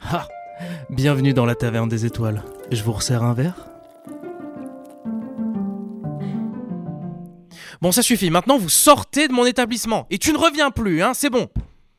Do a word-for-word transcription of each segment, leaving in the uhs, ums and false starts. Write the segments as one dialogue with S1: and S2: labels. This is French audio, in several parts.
S1: Ah, bienvenue dans la taverne des étoiles. Je vous resserre un verre ? Bon, ça suffit. Maintenant, vous sortez de mon établissement. Et tu ne reviens plus, hein, c'est bon.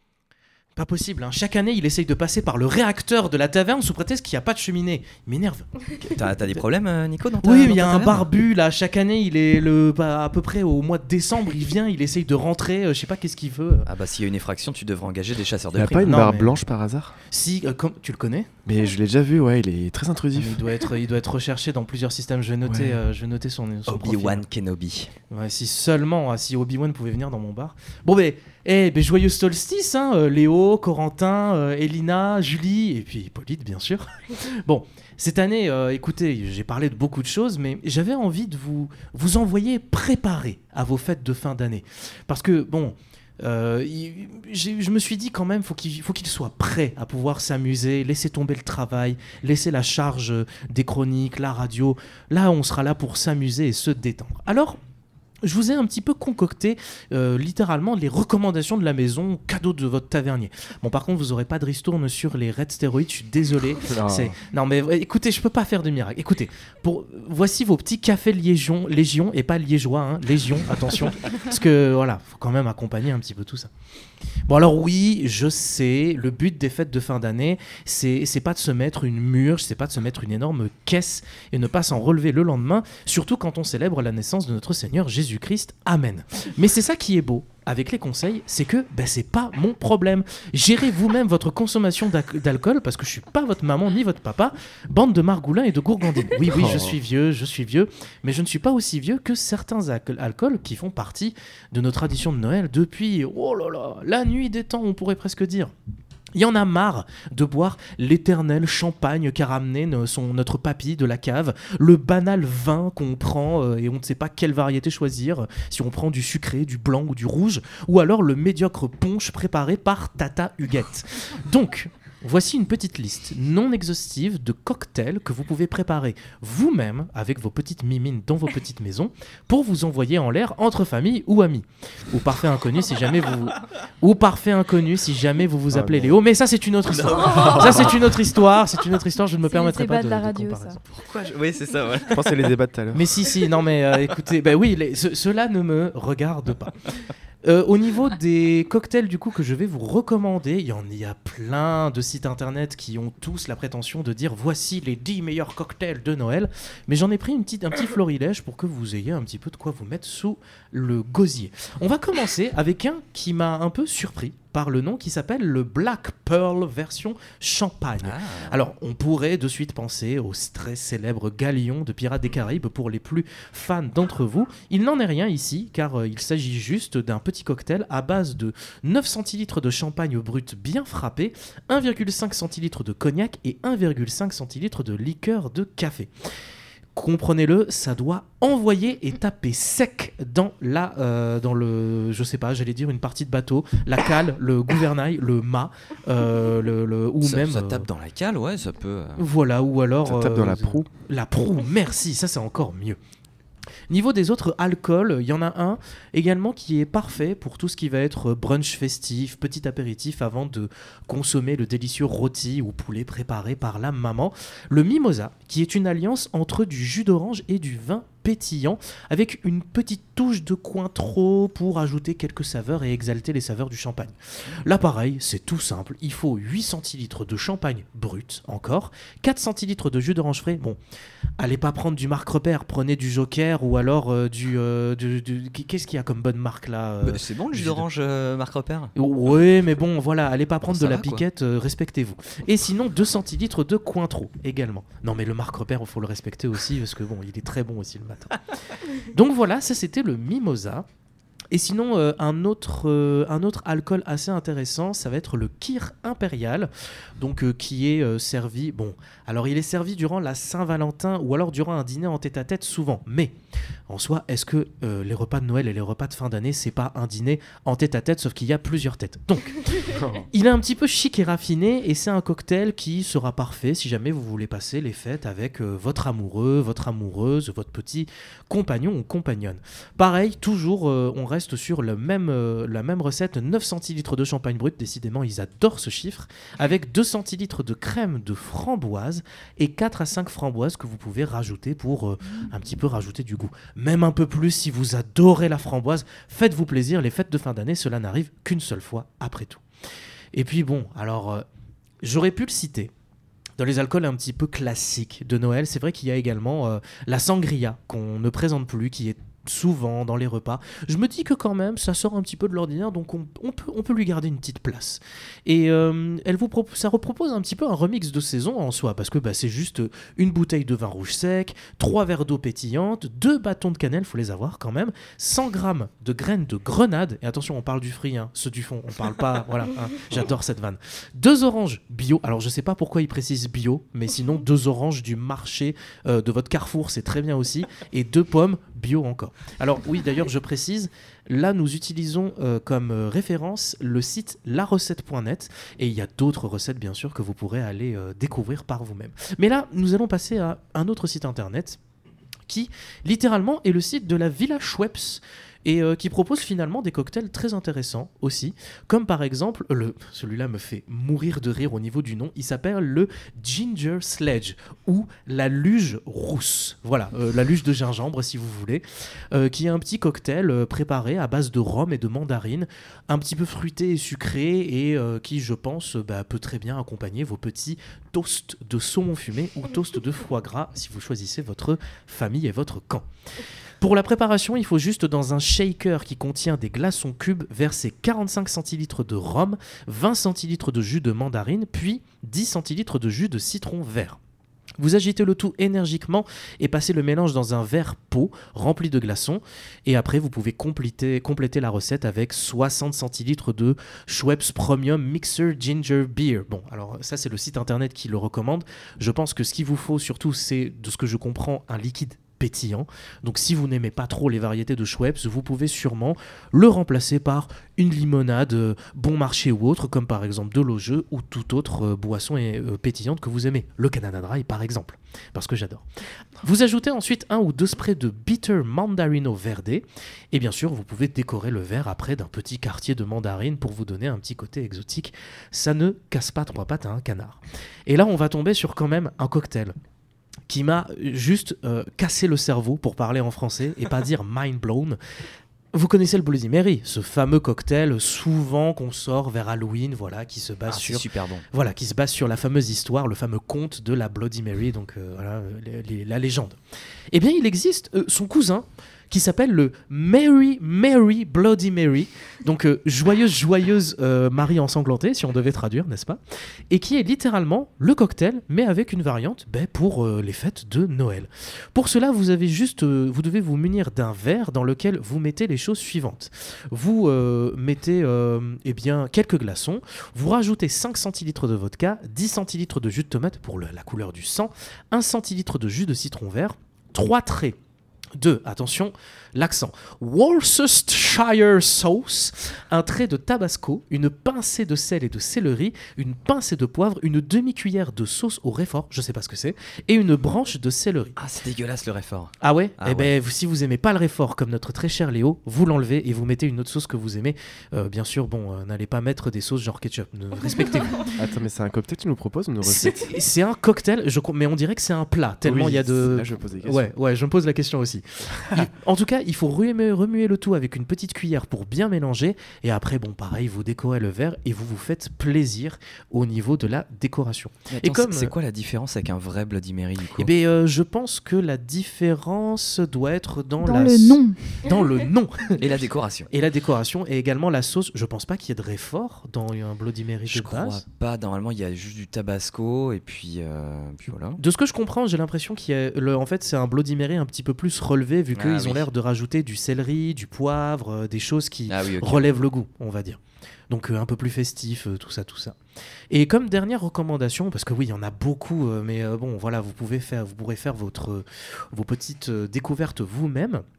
S1: Pas possible, hein. Chaque année, il essaye de passer par le réacteur de la taverne sous prétexte qu'il n'y a pas de cheminée. Il m'énerve.
S2: T'as, t'as des problèmes, Nico, dans ta
S1: Oui, mais il y
S2: dans
S1: a
S2: ta
S1: un
S2: taverne
S1: barbu, là. Chaque année, il est le, bah, à peu près au mois de décembre, il vient, il essaye de rentrer. Euh, je sais pas qu'est-ce qu'il veut.
S2: Ah bah s'il y a une effraction, tu devrais engager des chasseurs
S3: Il
S2: de
S3: a
S2: primes.
S3: pas une
S1: Non,
S3: barbe
S1: mais-
S3: blanche par hasard?
S1: Si, euh, comme, tu le connais ?
S3: Mais je l'ai déjà vu, ouais, il est très
S1: Mais
S3: intrusif.
S1: il doit être, il doit être recherché dans plusieurs systèmes. Je vais noter,
S3: Ouais.
S1: euh, je vais noter son, son
S2: Obi-Wan
S1: profil.
S2: Kenobi.
S1: Ouais, si seulement, ah, si Obi-Wan pouvait venir dans mon bar. Bon, ben, eh, ben, joyeux solstice, hein, euh, Léo, Corentin, euh, Elina, Julie, et puis Hippolyte, bien sûr. Bon, cette année, euh, écoutez, j'ai parlé de beaucoup de choses, mais j'avais envie de vous, vous envoyer préparer à vos fêtes de fin d'année. Parce que, bon... Euh, il- j'ai- je me suis dit quand même faut qu'il faut qu'il soit prêt à pouvoir s'amuser, laisser tomber le travail, laisser la charge euh, des chroniques, la radio. Là, on sera là pour s'amuser et se détendre. Alors, je vous ai un petit peu concocté euh, littéralement les recommandations de la maison, cadeau de votre tavernier. Bon, par contre, vous n'aurez pas de ristourne sur les Red Stéroïdes, je suis désolé.
S3: Non.
S1: C'est... Non, mais euh, écoutez, je peux pas faire de miracle. Écoutez, pour... voici vos petits cafés Légion, Légion et pas liégeois, hein, Légion, attention. Parce que voilà, faut quand même accompagner un petit peu tout ça. Bon, alors oui, je sais, le but des fêtes de fin d'année, c'est, c'est pas de se mettre une murge, c'est pas de se mettre une énorme caisse et ne pas s'en relever le lendemain, surtout quand on célèbre la naissance de notre Seigneur Jésus-Christ. Amen. Mais c'est ça qui est beau avec les conseils, c'est que ben, c'est pas mon problème. Gérez vous-même votre consommation d'ac- d'alcool parce que je suis pas votre maman ni votre papa, bande de margoulins et de gourgandines. Oui, oui, je suis vieux, je suis vieux, mais je ne suis pas aussi vieux que certains alco- alcools qui font partie de nos traditions de Noël depuis, oh là là, la nuit des temps, on pourrait presque dire. Il y en a marre de boire l'éternel champagne qu'a ramené no- son, notre papy de la cave, le banal vin qu'on prend euh, et on ne sait pas quelle variété choisir, si on prend du sucré, du blanc ou du rouge, ou alors le médiocre punch préparé par Tata Huguette. Donc, voici une petite liste non exhaustive de cocktails que vous pouvez préparer vous-même avec vos petites mimines dans vos petites maisons pour vous envoyer en l'air entre famille ou amis. Ou parfait inconnu si jamais vous... Ou parfait inconnu si jamais vous vous
S3: Ah
S1: appelez
S3: non.
S1: Léo. Mais ça, c'est une autre histoire. Ça, c'est une autre histoire. C'est une autre histoire. Je ne me
S4: C'est
S1: permettrai
S4: les
S1: pas
S4: débats
S1: de,
S4: de la
S1: de
S4: radio,
S1: comparaison.
S2: Pourquoi je... Oui, c'est ça, ouais.
S3: Je pense que c'est les débats de tout à l'heure.
S1: Mais si, si, non, mais euh, écoutez, ben oui, les- ce- cela ne me regarde pas. Euh, au niveau des cocktails du coup que je vais vous recommander, il y en il y a plein de sites internet qui ont tous la prétention de dire voici les dix meilleurs cocktails de Noël, mais j'en ai pris une petite, un petit florilège pour que vous ayez un petit peu de quoi vous mettre sous le gosier. On va commencer avec un qui m'a un peu surpris par le nom qui s'appelle le Black Pearl version champagne.
S2: Ah.
S1: Alors, on pourrait de suite penser au très célèbre galion de Pirates des Caraïbes pour les plus fans d'entre vous. Il n'en est rien ici, car euh, il s'agit juste d'un petit cocktail à base de neuf centilitres de champagne brut bien frappé, un virgule cinq centilitres de cognac et un virgule cinq centilitres de liqueur de café. Comprenez-le, ça doit envoyer et taper sec dans la, euh, dans le, je sais pas, j'allais dire une partie de bateau, la cale, le gouvernail, le mât, euh, le, le- ou
S2: ça,
S1: même,
S2: ça
S1: euh,
S2: tape dans la cale, ouais, ça peut... euh,
S1: voilà, ou alors
S3: Ça tape dans
S1: euh,
S3: la proue.
S1: La proue, merci, ça c'est encore mieux. Niveau des autres alcools, il y en a un également qui est parfait pour tout ce qui va être brunch festif, petit apéritif avant de consommer le délicieux rôti ou poulet préparé par la maman. Le mimosa, qui est une alliance entre du jus d'orange et du vin pétillant, avec une petite touche de Cointreau pour ajouter quelques saveurs et exalter les saveurs du champagne. Là pareil, c'est tout simple, il faut huit centilitres de champagne brut encore, quatre centilitres de jus d'orange frais. Bon, allez pas prendre du Marc Repère, prenez du Joker ou alors euh, du, euh, du, du- Qu'est-ce qu'il y a comme bonne marque là euh,
S2: bah, c'est bon le jus
S1: jus de-
S2: d'orange euh, Marc Repère.
S1: Oui, mais bon, voilà, allez pas prendre
S2: ça
S1: de la
S2: va, quoi.
S1: piquette, euh, respectez-vous. Et sinon, deux centilitres de Cointreau également. Non, mais le Marc Repère, il faut le respecter aussi, parce que bon, il est très bon aussi le matin. Donc voilà, ça c'était le mimosa. Et sinon, euh, un, autre, euh, un autre alcool assez intéressant, ça va être le Kir Impérial, donc euh, qui est euh, servi, bon, alors il est servi durant la Saint-Valentin ou alors durant un dîner en tête-à-tête souvent, mais en soi, est-ce que euh, les repas de Noël et les repas de fin d'année, c'est pas un dîner en tête-à-tête, sauf qu'il y a plusieurs têtes. Donc, il est un petit peu chic et raffiné, et c'est un cocktail qui sera parfait si jamais vous voulez passer les fêtes avec euh, votre amoureux, votre amoureuse, votre petit compagnon ou compagnonne. Pareil, toujours, euh, on reste reste sur le même, euh, la même recette, neuf centilitres de champagne brut, décidément ils adorent ce chiffre, avec deux centilitres de crème de framboise et quatre à cinq framboises que vous pouvez rajouter pour euh, un petit peu rajouter du goût. Même un peu plus si vous adorez la framboise, faites-vous plaisir, les fêtes de fin d'année, cela n'arrive qu'une seule fois après tout. Et puis bon, alors euh, j'aurais pu le citer. Dans les alcools un petit peu classiques de Noël, c'est vrai qu'il y a également euh, la sangria qu'on ne présente plus, qui est souvent dans les repas. Je me dis que quand même, ça sort un petit peu de l'ordinaire, donc on, on, peut, on peut lui garder une petite place. Et euh, elle vous pro- ça repropose un petit peu un remix de saison en soi, parce que bah, c'est juste une bouteille de vin rouge sec, trois verres d'eau pétillante, deux bâtons de cannelle, faut les avoir quand même, cent grammes de graines de grenade, et attention, on parle du fruit, hein, ceux du fond, on parle pas, voilà, hein, j'adore cette vanne. Deux oranges bio, alors je sais pas pourquoi ils précisent bio, mais sinon deux oranges du marché euh, de votre Carrefour, c'est très bien aussi, et deux pommes bio encore. Alors oui, d'ailleurs, je précise, là, nous utilisons euh, comme euh, référence le site la recette point net et il y a d'autres recettes, bien sûr, que vous pourrez aller euh, découvrir par vous-même. Mais là, nous allons passer à un autre site internet qui, littéralement, est le site de la Villa Schweppes et euh, qui propose finalement des cocktails très intéressants aussi, comme par exemple, le, celui-là me fait mourir de rire au niveau du nom, il s'appelle le Ginger Sledge, ou la luge rousse, voilà, euh, la luge de gingembre si vous voulez, euh, qui est un petit cocktail euh, préparé à base de rhum et de mandarine, un petit peu fruité et sucré, et euh, qui, je pense, bah, peut très bien accompagner vos petits toasts de saumon fumé ou toasts de foie gras, si vous choisissez votre famille et votre camp. Pour la préparation, il faut juste dans un shaker qui contient des glaçons cubes verser quarante-cinq centilitres de rhum, vingt centilitres de jus de mandarine, puis dix centilitres de jus de citron vert. Vous agitez le tout énergiquement et passez le mélange dans un verre pot rempli de glaçons. Et après, vous pouvez compléter, compléter la recette avec soixante centilitres de Schweppes Premium Mixer Ginger Beer. Bon, alors ça, c'est le site internet qui le recommande. Je pense que ce qu'il vous faut surtout, c'est, de ce que je comprends, un liquide pétillant. Donc si vous n'aimez pas trop les variétés de Schweppes, vous pouvez sûrement le remplacer par une limonade euh, bon marché ou autre, comme par exemple de l'eau jeu ou toute autre euh, boisson et, euh, pétillante que vous aimez. Le Canada Dry par exemple, parce que j'adore. Vous ajoutez ensuite un ou deux sprays de Bitter Mandarino Verde et bien sûr vous pouvez décorer le verre après d'un petit quartier de mandarine pour vous donner un petit côté exotique. Ça ne casse pas trois pattes à un canard. Et là on va tomber sur quand même un cocktail qui m'a juste euh, cassé le cerveau, pour parler en français et pas dire mind blown. Vous connaissez le Bloody Mary, ce fameux cocktail souvent qu'on sort vers Halloween, voilà, qui se base
S2: Ah,
S1: sur
S2: c'est super bon.
S1: voilà, qui se base sur la fameuse histoire, le fameux conte de la Bloody Mary, donc euh, voilà, les, les, la légende. Eh bien, il existe euh, son cousin qui s'appelle le Mary Mary Bloody Mary, donc euh, joyeuse joyeuse euh, Marie ensanglantée, si on devait traduire, n'est-ce pas, et qui est littéralement le cocktail, mais avec une variante ben, pour euh, les fêtes de Noël. Pour cela, vous avez juste, euh, vous devez vous munir d'un verre dans lequel vous mettez les choses suivantes. Vous euh, mettez euh, eh bien quelques glaçons, vous rajoutez cinq centilitres de vodka, dix centilitres de jus de tomate pour le, la couleur du sang, un centilitre de jus de citron vert, trois traits de, attention, l'accent, Worcestershire sauce, un trait de tabasco, une pincée de sel et de céleri, une pincée de poivre, une demi-cuillère de sauce au réfort, je sais pas ce que c'est, et une branche de céleri.
S2: Ah, c'est dégueulasse le réfort.
S1: Ah ouais
S2: Ah
S1: Eh
S2: ouais.
S1: ben, vous- si vous aimez pas le réfort comme notre très cher Léo, vous l'enlevez et vous mettez une autre sauce que vous aimez. Euh, bien sûr, bon, euh, n'allez pas mettre des sauces genre ketchup, ne- respectez-vous.
S3: Attends, mais c'est un cocktail que tu nous proposes ou une recette?
S1: C'est c'est un cocktail, je, co- mais on dirait que c'est un plat, tellement il
S3: Oui,
S1: y a de...
S3: Là, je me pose des questions.
S1: Ouais, ouais, je me pose la question aussi. Il- en tout cas, il faut remuer, remuer le tout avec une petite cuillère pour bien mélanger. Et après, bon, pareil, vous décorez le verre et vous vous faites plaisir au niveau de la décoration.
S2: Mais
S1: Et
S2: attends,
S1: comme-
S2: c'est- c'est quoi la différence avec un vrai Bloody Mary du coup?
S1: Eh bien, euh, je pense que la différence doit être dans,
S4: Dans
S1: la
S4: le
S1: s-
S4: nom.
S1: Dans le nom.
S2: Et la décoration?
S1: Et la décoration et également la sauce. Je pense pas qu'il y ait de réfort dans un Bloody Mary
S2: Je
S1: de
S2: crois
S1: base.
S2: pas. Normalement, il y a juste du tabasco et puis, euh, puis voilà.
S1: De ce que je comprends, j'ai l'impression qu'il y a le, en fait, c'est un Bloody Mary un petit peu plus relevé vu qu'ils
S2: Ah,
S1: ont
S2: oui.
S1: l'air de rajouter du céleri, du poivre, euh, des choses qui
S2: Ah oui, ok.
S1: relèvent le goût, on va dire. Donc euh, un peu plus festif, euh, tout ça, tout ça. Et comme dernière recommandation, parce que oui, il y en a beaucoup, euh, mais euh, bon, voilà, vous pouvez faire, vous pourrez faire votre, euh, vos petites euh, découvertes vous-même.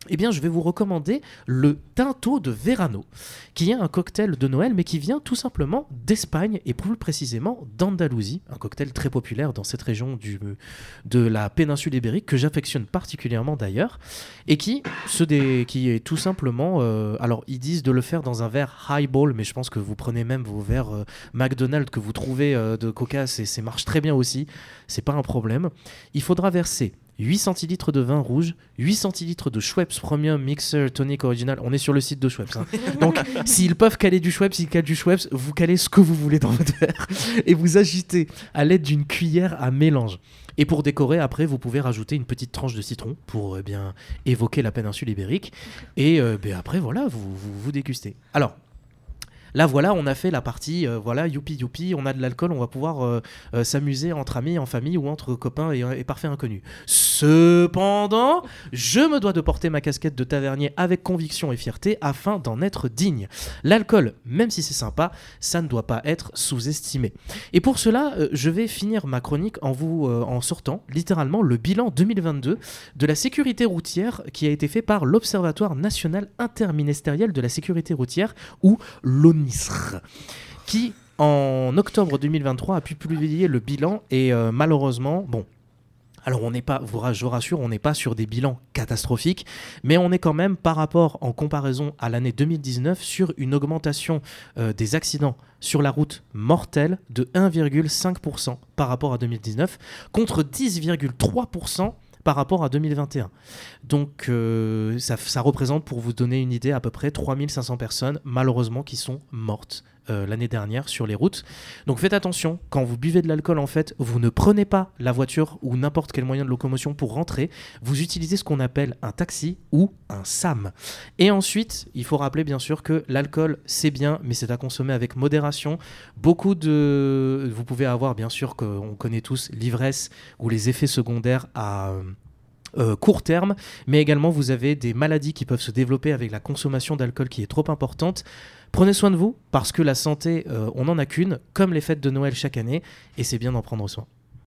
S1: eh bien, je vais vous recommander le Tinto de Verano, qui est un cocktail de Noël, mais qui vient tout simplement d'Espagne, et plus précisément d'Andalousie, un cocktail très populaire dans cette région du, de la péninsule ibérique, que j'affectionne particulièrement d'ailleurs, et qui, se dé, qui est tout simplement... Euh, alors, ils disent de le faire dans un verre highball, mais je pense que vous prenez même vos verres euh, McDonald's que vous trouvez euh, de Coca, c'est, c'est marche très bien aussi, c'est pas un problème. Il faudra verser huit centilitres de vin rouge, huit centilitres de Schweppes Premium Mixer Tonic Original. On est sur le site de Schweppes. Hein. Donc, s'ils peuvent caler du Schweppes, s'ils calent du Schweppes, vous calez ce que vous voulez dans votre verre et vous agitez à l'aide d'une cuillère à mélange. Et pour décorer, après, vous pouvez rajouter une petite tranche de citron pour eh bien, évoquer la péninsule ibérique. Et euh, ben, après, voilà, vous, vous, vous dégustez. Alors, là, voilà, on a fait la partie, euh, voilà, youpi youpi, on a de l'alcool, on va pouvoir euh, euh, s'amuser entre amis, en famille ou entre copains et, et parfaits inconnus. Cependant, je me dois de porter ma casquette de tavernier avec conviction et fierté afin d'en être digne. L'alcool, même si c'est sympa, ça ne doit pas être sous-estimé. Et pour cela, euh, je vais finir ma chronique en vous euh, en sortant littéralement le bilan deux mille vingt-deux de la sécurité routière qui a été fait par l'Observatoire national interministériel de la sécurité routière ou l'O N I S R, qui en octobre deux mille vingt-trois a pu publier le bilan et euh, malheureusement, bon, alors on n'est pas, je vous rassure, on n'est pas sur des bilans catastrophiques, mais on est quand même par rapport en comparaison à l'année deux mille dix-neuf sur une augmentation euh, des accidents sur la route mortels de un virgule cinq pour cent par rapport à deux mille dix-neuf contre dix virgule trois pour cent par rapport à deux mille vingt et un. Donc euh, ça, ça représente, pour vous donner une idée, à peu près trois mille cinq cents personnes malheureusement qui sont mortes euh, l'année dernière sur les routes. Donc faites attention, quand vous buvez de l'alcool, en fait, vous ne prenez pas la voiture ou n'importe quel moyen de locomotion pour rentrer, vous utilisez ce qu'on appelle un taxi ou un S A M. Et ensuite, il faut rappeler bien sûr que l'alcool c'est bien, mais c'est à consommer avec modération. Beaucoup de... Vous pouvez avoir, bien sûr, qu'on connaît tous l'ivresse ou les effets secondaires à... Euh, court terme, mais également vous avez des maladies qui peuvent se développer avec la consommation d'alcool qui est trop importante. Prenez soin de vous, parce que la santé, euh, on n'en a qu'une, comme les fêtes de Noël chaque année, et c'est bien d'en prendre soin.